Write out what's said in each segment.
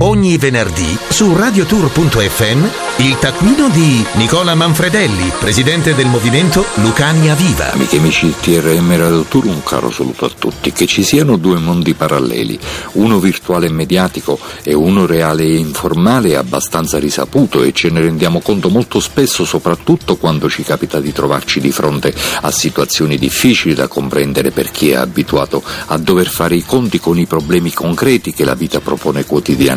Ogni venerdì su radiotour.fm il taccuino di Nicola Manfredelli, presidente del movimento Lucania Viva. Amiche e amici del TRM Radio Tour, un caro saluto a tutti. Che ci siano due mondi paralleli, uno virtuale e mediatico e uno reale e informale, è abbastanza risaputo e ce ne rendiamo conto molto spesso, soprattutto quando ci capita di trovarci di fronte a situazioni difficili da comprendere per chi è abituato a dover fare i conti con i problemi concreti che la vita propone quotidianamente.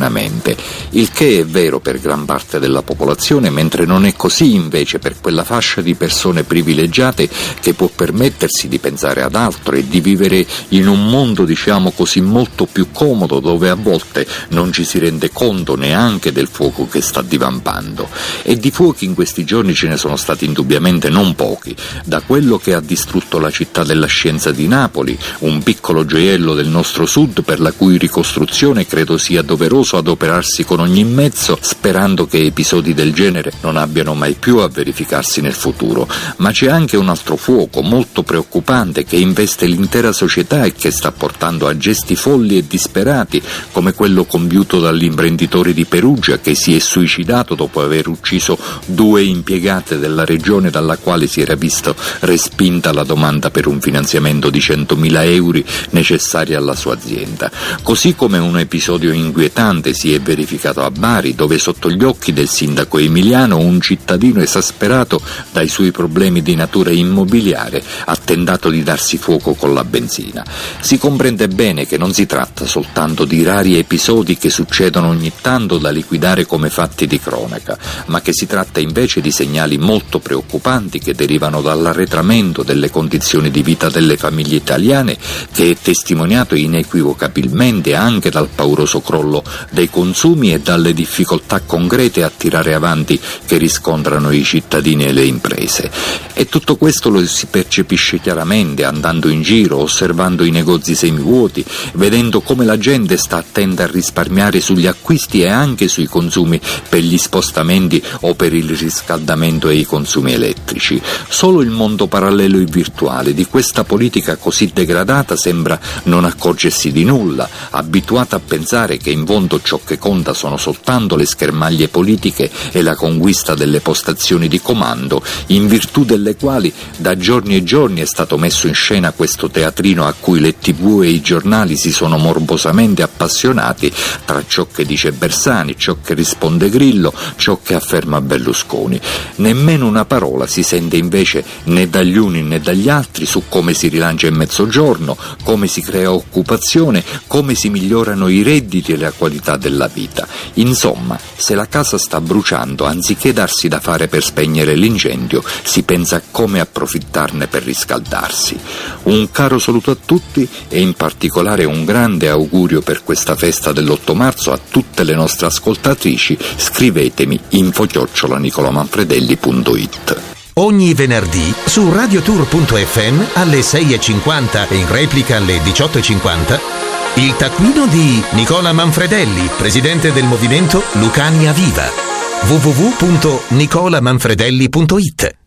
Il che è vero per gran parte della popolazione, mentre non è così invece per quella fascia di persone privilegiate che può permettersi di pensare ad altro e di vivere in un mondo, diciamo così, molto più comodo, dove a volte non ci si rende conto neanche del fuoco che sta divampando. E di fuochi in questi giorni ce ne sono stati indubbiamente non pochi, da quello che ha distrutto la città della scienza di Napoli, un piccolo gioiello del nostro sud per la cui ricostruzione credo sia doveroso adoperarsi con ogni mezzo, sperando che episodi del genere non abbiano mai più a verificarsi nel futuro. Ma c'è anche un altro fuoco molto preoccupante che investe l'intera società e che sta portando a gesti folli e disperati, come quello compiuto dall'imprenditore di Perugia che si è suicidato dopo aver ucciso 2 impiegate della regione, dalla quale si era visto respinta la domanda per un finanziamento di 100.000 euro necessari alla sua azienda. Così come un episodio inquietante si è verificato a Bari, dove sotto gli occhi del sindaco Emiliano un cittadino esasperato dai suoi problemi di natura immobiliare ha tentato di darsi fuoco con la benzina. Si comprende bene che non si tratta soltanto di rari episodi che succedono ogni tanto da liquidare come fatti di cronaca, ma che si tratta invece di segnali molto preoccupanti che derivano dall'arretramento delle condizioni di vita delle famiglie italiane, che è testimoniato inequivocabilmente anche dal pauroso crollo dei consumi e dalle difficoltà concrete a tirare avanti che riscontrano i cittadini e le imprese. E tutto questo lo si percepisce chiaramente andando in giro, osservando i negozi semivuoti, vedendo come la gente sta attenta a risparmiare sugli acquisti e anche sui consumi per gli spostamenti o per il riscaldamento e i consumi elettrici. Solo il mondo parallelo e virtuale di questa politica così degradata sembra non accorgersi di nulla, abituata a pensare che in fondo ciò che conta sono soltanto le schermaglie politiche e la conquista delle postazioni di comando, in virtù delle quali da giorni e giorni è stato messo in scena questo teatrino a cui le TV e i giornali si sono morbosamente appassionati, tra ciò che dice Bersani, ciò che risponde Grillo, ciò che afferma Berlusconi. Nemmeno una parola si sente invece né dagli uni né dagli altri su come si rilancia il Mezzogiorno, come si crea occupazione, come si migliorano i redditi e la qualità della vita. Insomma, se la casa sta bruciando, anziché darsi da fare per spegnere l'incendio, si pensa a come approfittarne per riscaldarsi. Un caro saluto a tutti e in particolare un grande augurio per questa festa dell'8 marzo a tutte le nostre ascoltatrici. Scrivetemi info@nicolamanfredelli.it. Ogni venerdì su radiotour.fm alle 6.50 e in replica alle 18.50 il taccuino di Nicola Manfredelli, presidente del movimento Lucania Viva. www.nicolamanfredelli.it